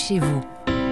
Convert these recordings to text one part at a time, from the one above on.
chez vous.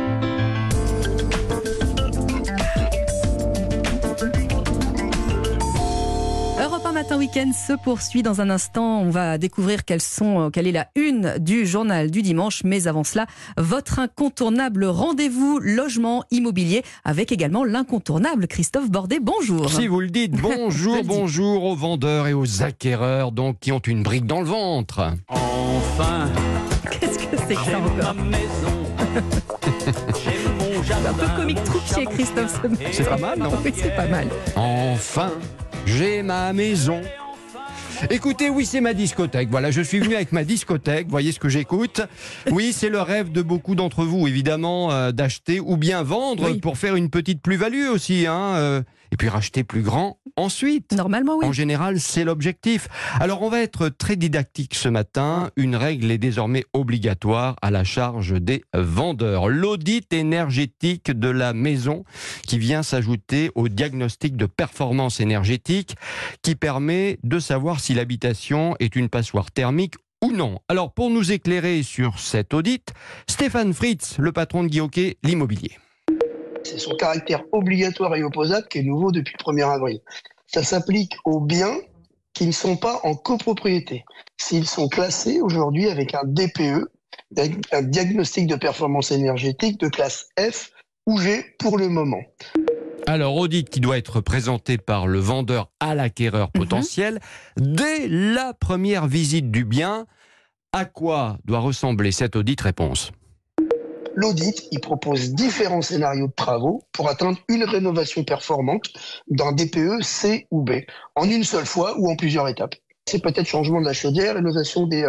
Europe 1 Matin Week-end se poursuit. Dans un instant, on va découvrir quelle est la une du journal du dimanche. Mais avant cela, votre incontournable rendez-vous logement immobilier avec également l'incontournable Christophe Bordet. Bonjour. Si vous le dites, bonjour, bonjour aux vendeurs et aux acquéreurs donc qui ont une brique dans le ventre. Enfin, Qu'est-ce que c'est que ça ma encore? maison, j'ai mon C'est un jardin. peu comique troupe chez Christophe. C'est pas mal, non? Oui, c'est pas mal. Enfin, j'ai ma maison. Écoutez, oui, c'est ma discothèque. Voilà, je suis venu avec ma discothèque. Voyez ce que j'écoute. Oui, c'est le rêve de beaucoup d'entre vous, évidemment, d'acheter ou bien vendre pour faire une petite plus-value aussi, et puis racheter plus grand ensuite. Normalement, oui. En général, c'est l'objectif. Alors, on va être très didactique ce matin. Une règle est désormais obligatoire à la charge des vendeurs. L'audit énergétique de la maison qui vient s'ajouter au diagnostic de performance énergétique qui permet de savoir si l'habitation est une passoire thermique ou non. Alors, pour nous éclairer sur cet audit, Stéphane Fritz, le patron de Guy Hockey, l'immobilier. C'est son caractère obligatoire et opposable qui est nouveau depuis le 1er avril. Ça s'applique aux biens qui ne sont pas en copropriété. S'ils sont classés aujourd'hui avec un DPE, un diagnostic de performance énergétique de classe F ou G pour le moment. Alors, audit qui doit être présenté par le vendeur à l'acquéreur potentiel dès la première visite du bien. À quoi doit ressembler cet audit? Réponse. L'audit, il propose différents scénarios de travaux pour atteindre une rénovation performante d'un DPE C ou B, en une seule fois ou en plusieurs étapes. C'est peut-être changement de la chaudière, rénovation des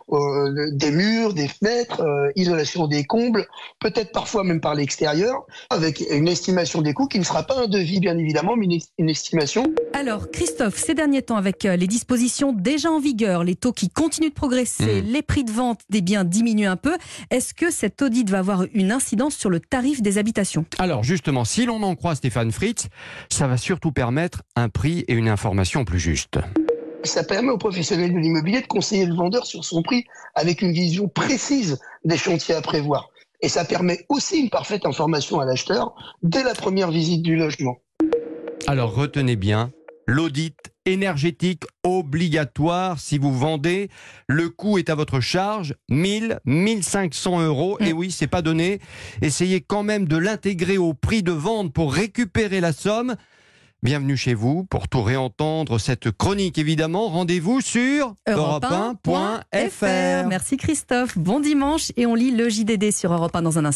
murs, des fenêtres, isolation des combles, peut-être parfois même par l'extérieur, avec une estimation des coûts qui ne sera pas un devis bien évidemment, mais une estimation. Alors, Christophe, ces derniers temps, avec les dispositions déjà en vigueur, les taux qui continuent de progresser, les prix de vente des biens diminuent un peu, est-ce que cet audit va avoir une incidence sur le tarif des habitations? Alors justement, si l'on en croit Stéphane Fritz, ça va surtout permettre un prix et une information plus juste. Ça permet aux professionnels de l'immobilier de conseiller le vendeur sur son prix avec une vision précise des chantiers à prévoir. Et ça permet aussi une parfaite information à l'acheteur dès la première visite du logement. Alors retenez bien, l'audit énergétique obligatoire si vous vendez. Le coût est à votre charge, 1500 euros. Et oui, c'est pas donné. Essayez quand même de l'intégrer au prix de vente pour récupérer la somme. Bienvenue chez vous pour tout réentendre cette chronique, évidemment. Rendez-vous sur Europe1.fr. Merci Christophe, bon dimanche et on lit le JDD sur Europe 1 dans un instant.